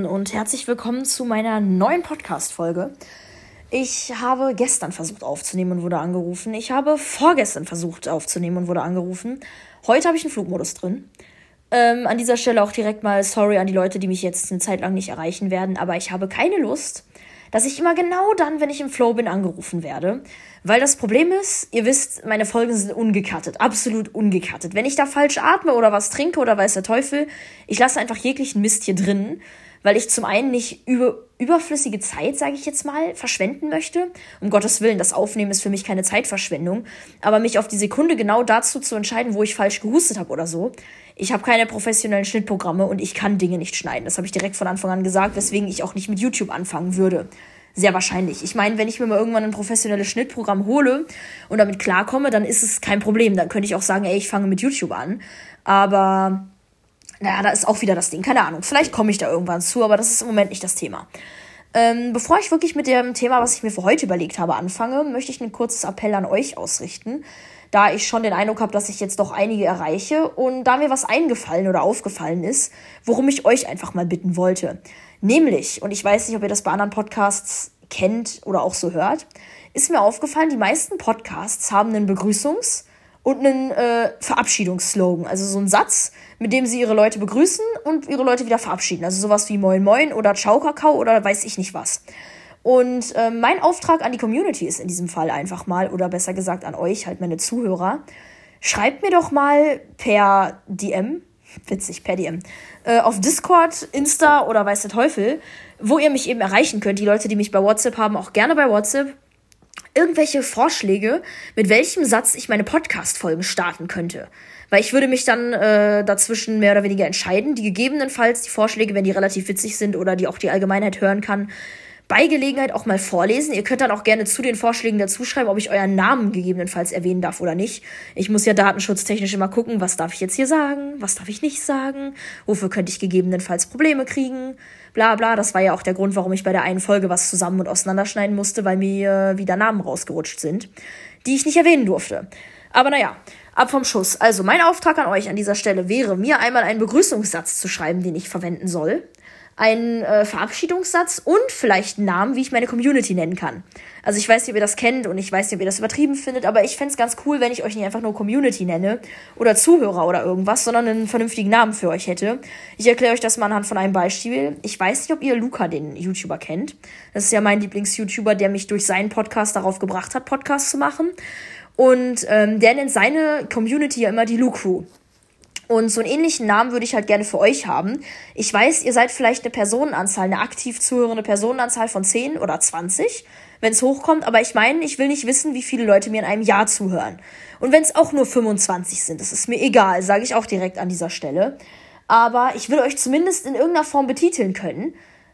und herzlich willkommen zu meiner neuen Podcast-Folge. Ich habe gestern versucht aufzunehmen und wurde angerufen. Ich habe vorgestern versucht aufzunehmen und wurde angerufen. Heute habe ich einen Flugmodus drin. An dieser Stelle auch direkt mal sorry an die Leute, die mich jetzt eine Zeit lang nicht erreichen werden. Aber ich habe keine Lust, dass ich immer genau dann, wenn ich im Flow bin, angerufen werde. Weil das Problem ist, ihr wisst, meine Folgen sind ungecuttet. Absolut ungecuttet. Wenn ich da falsch atme oder was trinke oder weiß der Teufel, ich lasse einfach jeglichen Mist hier drin, weil ich zum einen nicht überflüssige Zeit, sage ich jetzt mal, verschwenden möchte. Um Gottes Willen, das Aufnehmen ist für mich keine Zeitverschwendung. Aber mich auf die Sekunde genau dazu zu entscheiden, wo ich falsch gehustet habe oder so. Ich habe keine professionellen Schnittprogramme und ich kann Dinge nicht schneiden. Das habe ich direkt von Anfang an gesagt, weswegen ich auch nicht mit YouTube anfangen würde. Sehr wahrscheinlich. Ich meine, wenn ich mir mal irgendwann ein professionelles Schnittprogramm hole und damit klarkomme, dann ist es kein Problem. Dann könnte ich auch sagen, ich fange mit YouTube an. Aber naja, da ist auch wieder das Ding. Keine Ahnung, vielleicht komme ich da irgendwann zu, aber das ist im Moment nicht das Thema. Bevor ich wirklich mit dem Thema, was ich mir für heute überlegt habe, anfange, möchte ich ein kurzes Appell an euch ausrichten, da ich schon den Eindruck habe, dass ich jetzt doch einige erreiche und da mir was eingefallen oder aufgefallen ist, worum ich euch einfach mal bitten wollte. Nämlich, und ich weiß nicht, ob ihr das bei anderen Podcasts kennt oder auch so hört, ist mir aufgefallen, die meisten Podcasts haben einen Begrüßungs- und einen Verabschiedungsslogan. Also so einen Satz, mit dem sie ihre Leute begrüßen und ihre Leute wieder verabschieden. Also sowas wie Moin Moin oder Ciao Kakao oder weiß ich nicht was. Und mein Auftrag an die Community ist in diesem Fall einfach mal, oder besser gesagt an euch, halt meine Zuhörer, schreibt mir doch mal per DM, witzig, per DM, auf Discord, Insta oder weiß der Teufel, wo ihr mich eben erreichen könnt. Die Leute, die mich bei WhatsApp haben, auch gerne bei WhatsApp. Irgendwelche Vorschläge, mit welchem Satz ich meine Podcast-Folgen starten könnte. Weil ich würde mich dann dazwischen mehr oder weniger entscheiden, die gegebenenfalls die Vorschläge, wenn die relativ witzig sind oder die auch die Allgemeinheit hören kann, bei Gelegenheit auch mal vorlesen. Ihr könnt dann auch gerne zu den Vorschlägen dazu schreiben, ob ich euren Namen gegebenenfalls erwähnen darf oder nicht. Ich muss ja datenschutztechnisch immer gucken, was darf ich jetzt hier sagen, was darf ich nicht sagen, wofür könnte ich gegebenenfalls Probleme kriegen, bla bla. Das war ja auch der Grund, warum ich bei der einen Folge was zusammen und auseinanderschneiden musste, weil mir wieder Namen rausgerutscht sind, die ich nicht erwähnen durfte. Aber naja, ab vom Schuss. Also mein Auftrag an euch an dieser Stelle wäre, mir einmal einen Begrüßungssatz zu schreiben, den ich verwenden soll. Einen Verabschiedungssatz und vielleicht einen Namen, wie ich meine Community nennen kann. Also ich weiß nicht, ob ihr das kennt und ich weiß nicht, ob ihr das übertrieben findet, aber ich fände es ganz cool, wenn ich euch nicht einfach nur Community nenne oder Zuhörer oder irgendwas, sondern einen vernünftigen Namen für euch hätte. Ich erkläre euch das mal anhand von einem Beispiel. Ich weiß nicht, ob ihr Luca, den YouTuber, kennt. Das ist ja mein Lieblings-YouTuber, der mich durch seinen Podcast darauf gebracht hat, Podcasts zu machen. Und der nennt seine Community ja immer die Lu-Crew. Und so einen ähnlichen Namen würde ich halt gerne für euch haben. Ich weiß, ihr seid vielleicht eine Personenanzahl, eine aktiv zuhörende Personenanzahl von 10 oder 20, wenn es hochkommt. Aber ich meine, ich will nicht wissen, wie viele Leute mir in einem Jahr zuhören. Und wenn es auch nur 25 sind, das ist mir egal, sage ich auch direkt an dieser Stelle. Aber ich will euch zumindest in irgendeiner Form betiteln können.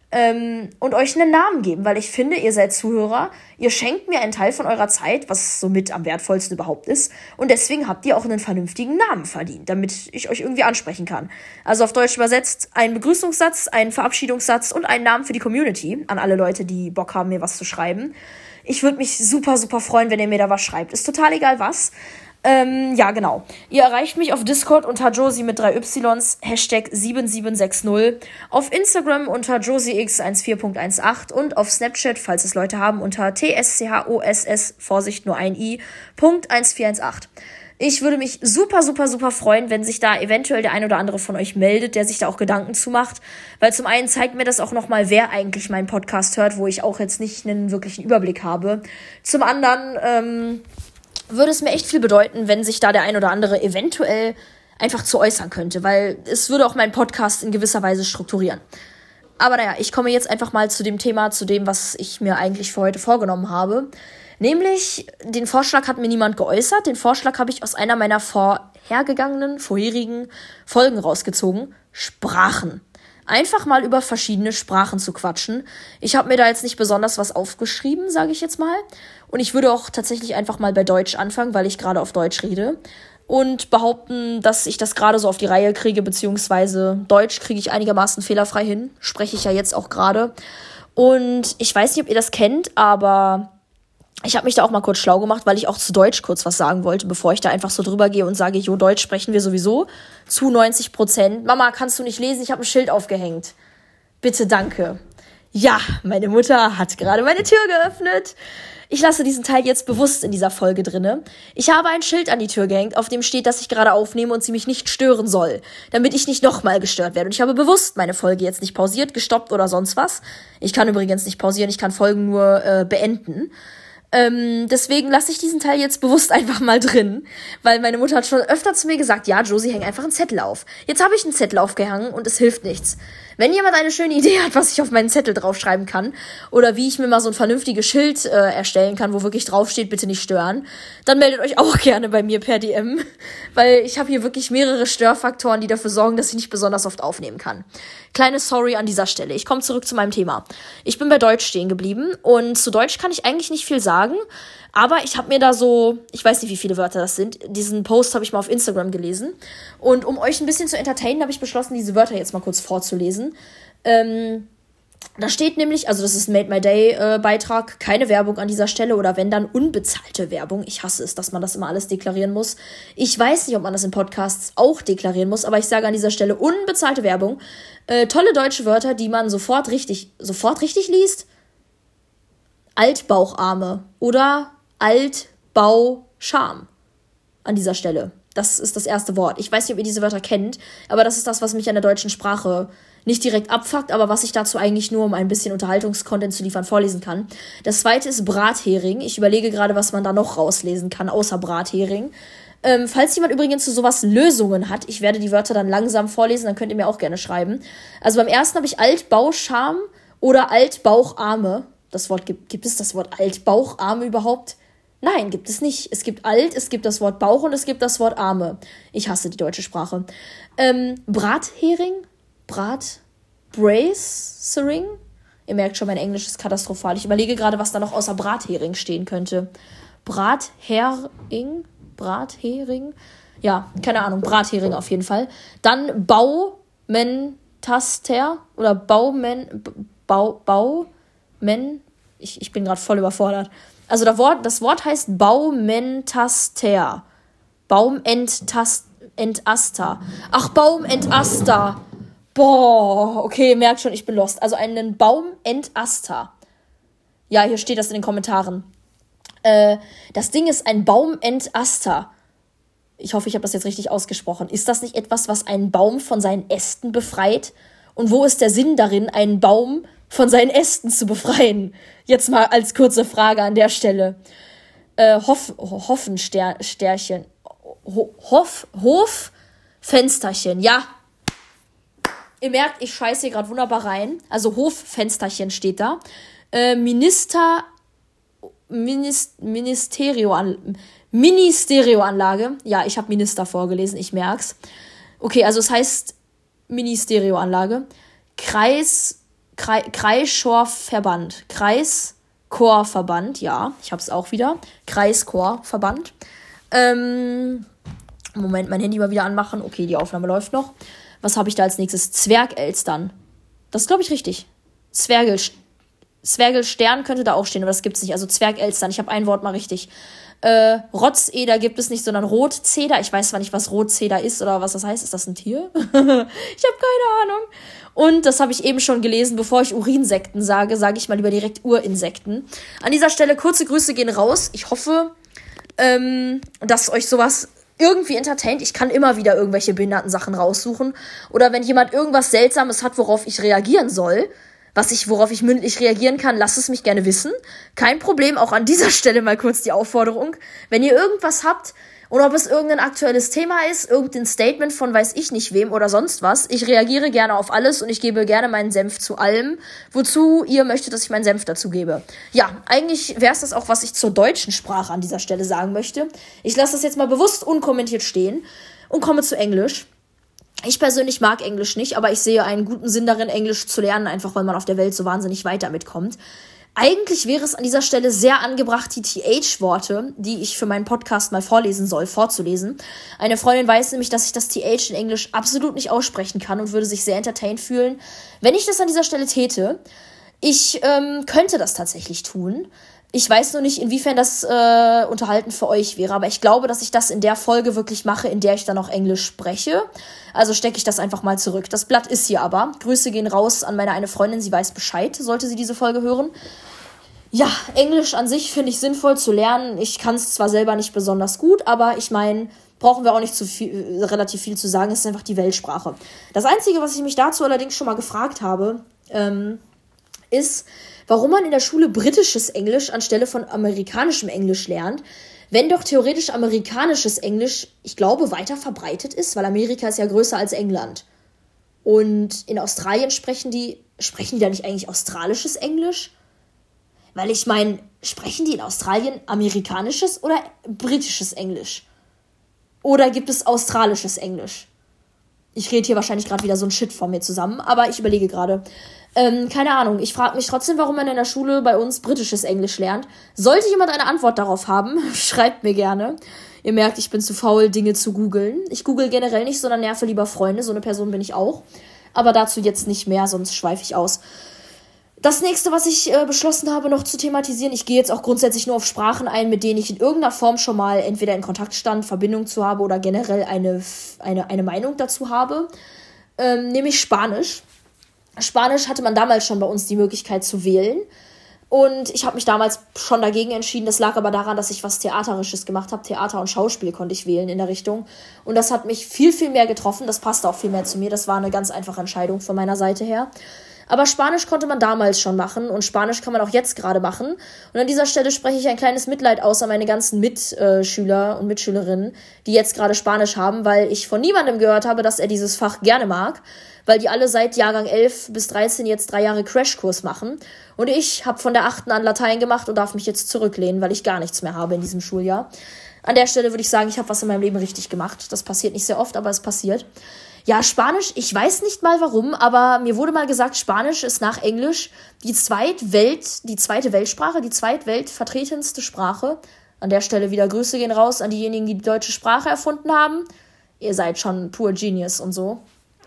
Und euch einen Namen geben, weil ich finde, ihr seid Zuhörer, ihr schenkt mir einen Teil von eurer Zeit, was somit am wertvollsten überhaupt ist, und deswegen habt ihr auch einen vernünftigen Namen verdient, damit ich euch irgendwie ansprechen kann. Also auf Deutsch übersetzt, einen Begrüßungssatz, einen Verabschiedungssatz und einen Namen für die Community, an alle Leute, die Bock haben, mir was zu schreiben. Ich würde mich super, super freuen, wenn ihr mir da was schreibt. Ist total egal was. Ja, genau. Ihr erreicht mich auf Discord unter Josie mit 3 Ys, Hashtag 7760, auf Instagram unter josiex14.18 und auf Snapchat, falls es Leute haben, unter TSCHOSS, Vorsicht, nur ein I, .1418. Ich würde mich super, super, super freuen, wenn sich da eventuell der ein oder andere von euch meldet, der sich da auch Gedanken zu macht, weil zum einen zeigt mir das auch nochmal, wer eigentlich meinen Podcast hört, wo ich auch jetzt nicht einen wirklichen Überblick habe. Zum anderen, würde es mir echt viel bedeuten, wenn sich da der ein oder andere eventuell einfach zu äußern könnte, weil es würde auch meinen Podcast in gewisser Weise strukturieren. Aber naja, ich komme jetzt einfach mal zu dem Thema, zu dem, was ich mir eigentlich für heute vorgenommen habe. Nämlich, den Vorschlag hat mir niemand geäußert. Den Vorschlag habe ich aus einer meiner vorherigen Folgen rausgezogen. Sprachen. Einfach mal über verschiedene Sprachen zu quatschen. Ich habe mir da jetzt nicht besonders was aufgeschrieben, sage ich jetzt mal. Und ich würde auch tatsächlich einfach mal bei Deutsch anfangen, weil ich gerade auf Deutsch rede. Und behaupten, dass ich das gerade so auf die Reihe kriege, beziehungsweise Deutsch kriege ich einigermaßen fehlerfrei hin. Spreche ich ja jetzt auch gerade. Und ich weiß nicht, ob ihr das kennt, aber ich habe mich da auch mal kurz schlau gemacht, weil ich auch zu Deutsch kurz was sagen wollte, bevor ich da einfach so drüber gehe und sage, jo, Deutsch sprechen wir sowieso zu 90%. Mama, kannst du nicht lesen? Ich habe ein Schild aufgehängt. Bitte, danke. Ja, meine Mutter hat gerade meine Tür geöffnet. Ich lasse diesen Teil jetzt bewusst in dieser Folge drinne. Ich habe ein Schild an die Tür gehängt, auf dem steht, dass ich gerade aufnehme und sie mich nicht stören soll, damit ich nicht nochmal gestört werde. Und ich habe bewusst meine Folge jetzt nicht pausiert, gestoppt oder sonst was. Ich kann übrigens nicht pausieren, ich kann Folgen nur beenden. Deswegen lasse ich diesen Teil jetzt bewusst einfach mal drin, weil meine Mutter hat schon öfter zu mir gesagt, ja, Josie, häng einfach einen Zettel auf. Jetzt habe ich einen Zettel aufgehangen und es hilft nichts. Wenn jemand eine schöne Idee hat, was ich auf meinen Zettel draufschreiben kann oder wie ich mir mal so ein vernünftiges Schild erstellen kann, wo wirklich draufsteht, bitte nicht stören, dann meldet euch auch gerne bei mir per DM, weil ich habe hier wirklich mehrere Störfaktoren, die dafür sorgen, dass ich nicht besonders oft aufnehmen kann. Kleine Sorry an dieser Stelle. Ich komme zurück zu meinem Thema. Ich bin bei Deutsch stehen geblieben und zu Deutsch kann ich eigentlich nicht viel sagen, aber ich habe mir da so, ich weiß nicht, wie viele Wörter das sind, diesen Post habe ich mal auf Instagram gelesen und um euch ein bisschen zu entertainen, habe ich beschlossen, diese Wörter jetzt mal kurz vorzulesen. Da steht nämlich, also das ist ein Made My Day Beitrag, keine Werbung an dieser Stelle oder wenn dann unbezahlte Werbung. Ich hasse es, dass man das immer alles deklarieren muss. Ich weiß nicht, ob man das in Podcasts auch deklarieren muss, aber ich sage an dieser Stelle unbezahlte Werbung. Tolle deutsche Wörter, die man sofort richtig liest. Altbaucharme oder Altbauscham an dieser Stelle. Das ist das erste Wort. Ich weiß nicht, ob ihr diese Wörter kennt, aber das ist das, was mich an der deutschen Sprache nicht direkt abfuckt, aber was ich dazu eigentlich nur, um ein bisschen Unterhaltungskontent zu liefern, vorlesen kann. Das zweite ist Brathering. Ich überlege gerade, was man da noch rauslesen kann, außer Brathering. Falls jemand übrigens zu sowas Lösungen hat, ich werde die Wörter dann langsam vorlesen, dann könnt ihr mir auch gerne schreiben. Also beim ersten habe ich Altbauscham oder Altbaucharme. Das Wort gibt es das Wort Altbaucharme überhaupt? Nein, gibt es nicht. Es gibt Alt, es gibt das Wort Bauch und es gibt das Wort Arme. Ich hasse die deutsche Sprache. Brathering? Bracering? Ihr merkt schon, mein Englisch ist katastrophal. Ich überlege gerade, was da noch außer Brathering stehen könnte. Brathering? Ja, keine Ahnung. Brathering auf jeden Fall. Dann Baumentaster oder Baumen. Ich bin gerade voll überfordert. Also das Wort heißt Baumentaster. Baumentaster. Ach, Baumentaster. Boah, okay, merkt schon, ich bin lost. Also einen Baumentaster. Ja, hier steht das in den Kommentaren. Das Ding ist ein Baumentaster. Ich hoffe, ich habe das jetzt richtig ausgesprochen. Ist das nicht etwas, was einen Baum von seinen Ästen befreit? Und wo ist der Sinn darin, einen Baum von seinen Ästen zu befreien? Jetzt mal als kurze Frage an der Stelle. Hofenstärchen. Hoffensterchen, ja. Ihr merkt, ich scheiße hier gerade wunderbar rein. Also Hoffensterchen steht da. Ministerioanlage. Ja, ich habe Minister vorgelesen, ich merk's. Okay, also es heißt Ministerioanlage. Kreisschorverband. Kreischorverband, ja, ich hab's auch wieder. Kreischorverband. Moment, mein Handy mal wieder anmachen. Okay, die Aufnahme läuft noch. Was habe ich da als nächstes? Zwergelstern. Das ist, glaube ich, richtig. Zwergelstern könnte da auch stehen, aber das gibt's nicht. Also Zwergelstern. Ich habe ein Wort mal richtig. Rotzeder gibt es nicht, sondern Rotzeder. Ich weiß zwar nicht, was Rotzeder ist oder was das heißt. Ist das ein Tier? Ich habe keine Ahnung. Und das habe ich eben schon gelesen. Bevor ich Urinsekten sage ich mal lieber direkt Urinsekten. An dieser Stelle kurze Grüße gehen raus. Ich hoffe, dass euch sowas irgendwie entertaint. Ich kann immer wieder irgendwelche behinderten Sachen raussuchen. Oder wenn jemand irgendwas Seltsames hat, worauf ich reagieren soll, worauf ich mündlich reagieren kann, lasst es mich gerne wissen. Kein Problem, auch an dieser Stelle mal kurz die Aufforderung. Wenn ihr irgendwas habt, oder ob es irgendein aktuelles Thema ist, irgendein Statement von weiß ich nicht wem oder sonst was, ich reagiere gerne auf alles und ich gebe gerne meinen Senf zu allem, wozu ihr möchtet, dass ich meinen Senf dazu gebe. Ja, eigentlich wäre es das auch, was ich zur deutschen Sprache an dieser Stelle sagen möchte. Ich lasse das jetzt mal bewusst unkommentiert stehen und komme zu Englisch. Ich persönlich mag Englisch nicht, aber ich sehe einen guten Sinn darin, Englisch zu lernen, einfach weil man auf der Welt so wahnsinnig weiter mitkommt. Eigentlich wäre es an dieser Stelle sehr angebracht, die TH-Worte, die ich für meinen Podcast mal vorlesen soll, vorzulesen. Eine Freundin weiß nämlich, dass ich das TH in Englisch absolut nicht aussprechen kann und würde sich sehr entertained fühlen, wenn ich das an dieser Stelle täte. Ich könnte das tatsächlich tun. Ich weiß nur nicht, inwiefern das unterhalten für euch wäre, aber ich glaube, dass ich das in der Folge wirklich mache, in der ich dann auch Englisch spreche. Also stecke ich das einfach mal zurück. Das Blatt ist hier aber. Grüße gehen raus an meine eine Freundin, sie weiß Bescheid, sollte sie diese Folge hören. Ja, Englisch an sich finde ich sinnvoll zu lernen. Ich kann es zwar selber nicht besonders gut, aber ich meine, brauchen wir auch nicht relativ viel zu sagen, es ist einfach die Weltsprache. Das Einzige, was ich mich dazu allerdings schon mal gefragt habe, ist, warum man in der Schule britisches Englisch anstelle von amerikanischem Englisch lernt, wenn doch theoretisch amerikanisches Englisch, ich glaube, weiter verbreitet ist, weil Amerika ist ja größer als England. Und in Australien sprechen die da nicht eigentlich australisches Englisch? Weil ich meine, sprechen die in Australien amerikanisches oder britisches Englisch? Oder gibt es australisches Englisch? Ich rede hier wahrscheinlich gerade wieder so ein Shit vor mir zusammen, aber ich überlege gerade. Keine Ahnung, ich frage mich trotzdem, warum man in der Schule bei uns britisches Englisch lernt. Sollte jemand eine Antwort darauf haben, schreibt mir gerne. Ihr merkt, ich bin zu faul, Dinge zu googeln. Ich google generell nicht, sondern nerve lieber Freunde. So eine Person bin ich auch. Aber dazu jetzt nicht mehr, sonst schweife ich aus. Das nächste, was ich beschlossen habe, noch zu thematisieren, ich gehe jetzt auch grundsätzlich nur auf Sprachen ein, mit denen ich in irgendeiner Form schon mal entweder in Kontakt stand, Verbindung zu habe oder generell eine Meinung dazu habe, nämlich Spanisch. Spanisch hatte man damals schon bei uns die Möglichkeit zu wählen und ich habe mich damals schon dagegen entschieden. Das lag aber daran, dass ich was Theaterisches gemacht habe. Theater und Schauspiel konnte ich wählen in der Richtung und das hat mich viel, viel mehr getroffen. Das passte auch viel mehr zu mir. Das war eine ganz einfache Entscheidung von meiner Seite her. Aber Spanisch konnte man damals schon machen und Spanisch kann man auch jetzt gerade machen. Und an dieser Stelle spreche ich ein kleines Mitleid aus an meine ganzen Mitschüler und Mitschülerinnen, die jetzt gerade Spanisch haben, weil ich von niemandem gehört habe, dass er dieses Fach gerne mag, weil die alle seit Jahrgang 11 bis 13 jetzt 3 Jahre Crashkurs machen. Und ich habe von der 8. an Latein gemacht und darf mich jetzt zurücklehnen, weil ich gar nichts mehr habe in diesem Schuljahr. An der Stelle würde ich sagen, ich habe was in meinem Leben richtig gemacht. Das passiert nicht sehr oft, aber es passiert. Ja, Spanisch, ich weiß nicht mal warum, aber mir wurde mal gesagt, Spanisch ist nach Englisch die zweite Weltsprache, die zweitweltvertretendste Sprache. An der Stelle wieder Grüße gehen raus an diejenigen, die die deutsche Sprache erfunden haben. Ihr seid schon pure Genius und so.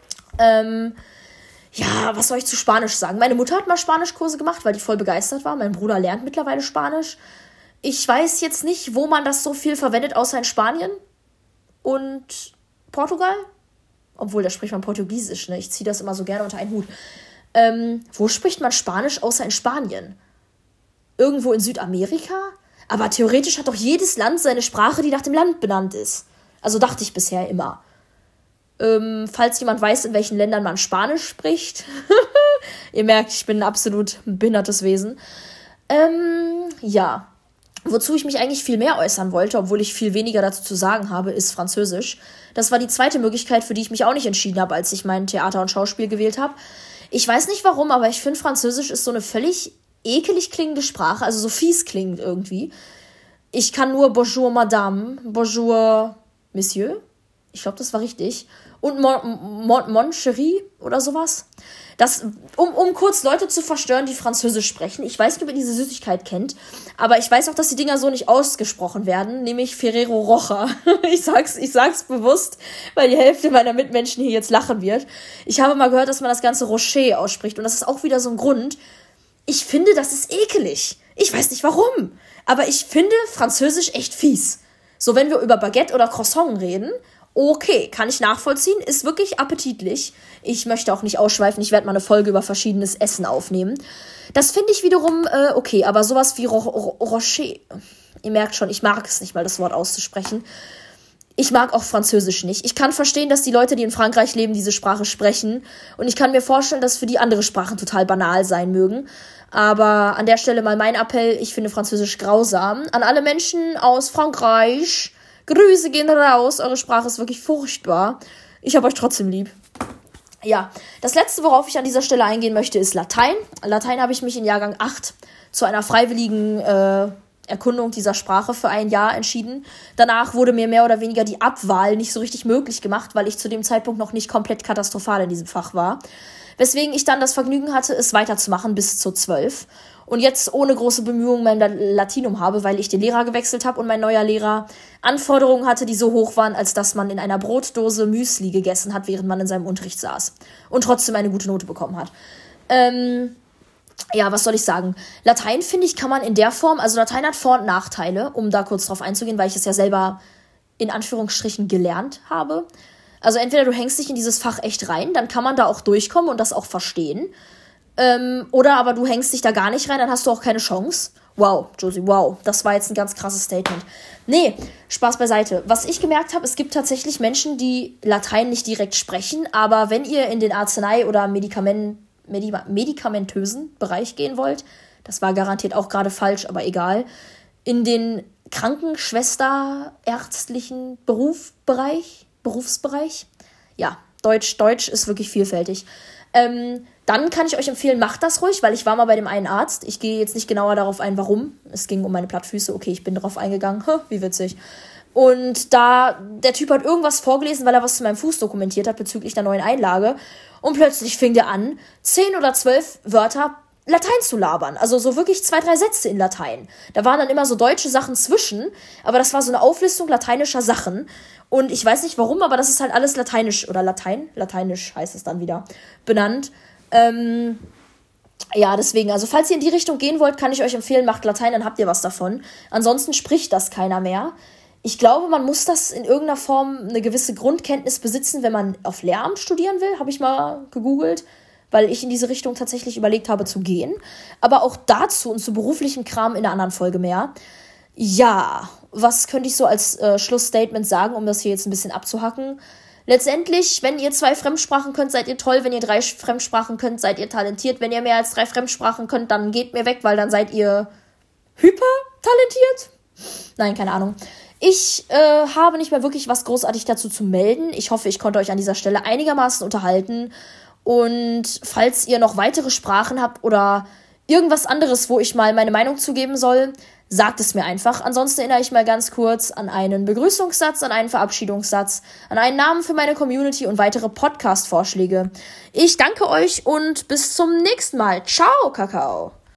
Ja, was soll ich zu Spanisch sagen? Meine Mutter hat mal Spanischkurse gemacht, weil die voll begeistert war. Mein Bruder lernt mittlerweile Spanisch. Ich weiß jetzt nicht, wo man das so viel verwendet, außer in Spanien und Portugal. Obwohl, da spricht man Portugiesisch, ne? Ich ziehe das immer so gerne unter einen Hut. Wo spricht man Spanisch außer in Spanien? Irgendwo in Südamerika? Aber theoretisch hat doch jedes Land seine Sprache, die nach dem Land benannt ist. Also dachte ich bisher immer. Falls jemand weiß, in welchen Ländern man Spanisch spricht. Ihr merkt, ich bin ein absolut behindertes Wesen. Ja. Wozu ich mich eigentlich viel mehr äußern wollte, obwohl ich viel weniger dazu zu sagen habe, ist Französisch. Das war die zweite Möglichkeit, für die ich mich auch nicht entschieden habe, als ich mein Theater und Schauspiel gewählt habe. Ich weiß nicht warum, aber ich finde, Französisch ist so eine völlig ekelig klingende Sprache, also so fies klingend irgendwie. Ich kann nur Bonjour Madame, Bonjour Monsieur. Ich glaube, das war richtig. Und Mon Chéri oder sowas. Das, um kurz Leute zu verstören, die Französisch sprechen. Ich weiß nicht, ob ihr diese Süßigkeit kennt, aber ich weiß auch, dass die Dinger so nicht ausgesprochen werden, nämlich Ferrero Rocher. Ich sag's bewusst, weil die Hälfte meiner Mitmenschen hier jetzt lachen wird. Ich habe mal gehört, dass man das Ganze Rocher ausspricht und das ist auch wieder so ein Grund. Ich finde, das ist ekelig. Ich weiß nicht warum, aber ich finde Französisch echt fies. So, wenn wir über Baguette oder Croissant reden, okay, kann ich nachvollziehen, ist wirklich appetitlich. Ich möchte auch nicht ausschweifen, ich werde mal eine Folge über verschiedenes Essen aufnehmen. Das finde ich wiederum okay, aber sowas wie Rocher, ihr merkt schon, ich mag es nicht mal, das Wort auszusprechen. Ich mag auch Französisch nicht. Ich kann verstehen, dass die Leute, die in Frankreich leben, diese Sprache sprechen. Und ich kann mir vorstellen, dass für die andere Sprachen total banal sein mögen. Aber an der Stelle mal mein Appell, ich finde Französisch grausam. An alle Menschen aus Frankreich, Grüße gehen raus, eure Sprache ist wirklich furchtbar. Ich habe euch trotzdem lieb. Ja, das letzte, worauf ich an dieser Stelle eingehen möchte, ist Latein. Latein habe ich mich in Jahrgang 8 zu einer freiwilligen Erkundung dieser Sprache für ein Jahr entschieden. Danach wurde mir mehr oder weniger die Abwahl nicht so richtig möglich gemacht, weil ich zu dem Zeitpunkt noch nicht komplett katastrophal in diesem Fach war. Weswegen ich dann das Vergnügen hatte, es weiterzumachen bis zur 12. Und jetzt ohne große Bemühungen mein Latinum habe, weil ich den Lehrer gewechselt habe und mein neuer Lehrer Anforderungen hatte, die so hoch waren, als dass man in einer Brotdose Müsli gegessen hat, während man in seinem Unterricht saß. Und trotzdem eine gute Note bekommen hat. Ja, was soll ich sagen? Latein, finde ich, kann man in der Form, also Latein hat Vor- und Nachteile, um da kurz drauf einzugehen, weil ich es ja selber in Anführungsstrichen gelernt habe. Also entweder du hängst dich in dieses Fach echt rein, dann kann man da auch durchkommen und das auch verstehen. Oder aber du hängst dich da gar nicht rein, dann hast du auch keine Chance. Wow, Josie, wow, das war jetzt ein ganz krasses Statement. Nee, Spaß beiseite. Was ich gemerkt habe, es gibt tatsächlich Menschen, die Latein nicht direkt sprechen, aber wenn ihr in den Arznei- oder medikamentösen Bereich gehen wollt, das war garantiert auch gerade falsch, aber egal, in den Krankenschwester-ärztlichen Berufsbereich, ja, Deutsch ist wirklich vielfältig. Dann kann ich euch empfehlen, macht das ruhig, weil ich war mal bei dem einen Arzt. Ich gehe jetzt nicht genauer darauf ein, warum. Es ging um meine Plattfüße. Okay, ich bin drauf eingegangen. Wie witzig. Und der Typ hat irgendwas vorgelesen, weil er was zu meinem Fuß dokumentiert hat bezüglich der neuen Einlage. Und plötzlich fing der an, 10 oder 12 Wörter Latein zu labern. Also so wirklich 2, 3 Sätze in Latein. Da waren dann immer so deutsche Sachen zwischen, aber das war so eine Auflistung lateinischer Sachen. Und ich weiß nicht warum, aber das ist halt alles lateinisch oder lateinisch heißt es dann wieder, benannt. Ja, deswegen, also falls ihr in die Richtung gehen wollt, kann ich euch empfehlen, macht Latein, dann habt ihr was davon. Ansonsten spricht das keiner mehr. Ich glaube, man muss das in irgendeiner Form eine gewisse Grundkenntnis besitzen, wenn man auf Lehramt studieren will, habe ich mal gegoogelt, weil ich in diese Richtung tatsächlich überlegt habe zu gehen. Aber auch dazu und zu beruflichem Kram in einer anderen Folge mehr. Ja, was könnte ich so als Schlussstatement sagen, um das hier jetzt ein bisschen abzuhacken? Letztendlich, wenn ihr 2 Fremdsprachen könnt, seid ihr toll. Wenn ihr 3 Fremdsprachen könnt, seid ihr talentiert. Wenn ihr mehr als 3 Fremdsprachen könnt, dann geht mir weg, weil dann seid ihr hypertalentiert. Nein, keine Ahnung. Ich habe nicht mehr wirklich was großartig dazu zu melden. Ich hoffe, ich konnte euch an dieser Stelle einigermaßen unterhalten. Und falls ihr noch weitere Sprachen habt oder irgendwas anderes, wo ich mal meine Meinung zugeben soll, sagt es mir einfach. Ansonsten erinnere ich mal ganz kurz an einen Begrüßungssatz, an einen Verabschiedungssatz, an einen Namen für meine Community und weitere Podcast-Vorschläge. Ich danke euch und bis zum nächsten Mal. Ciao, Kakao!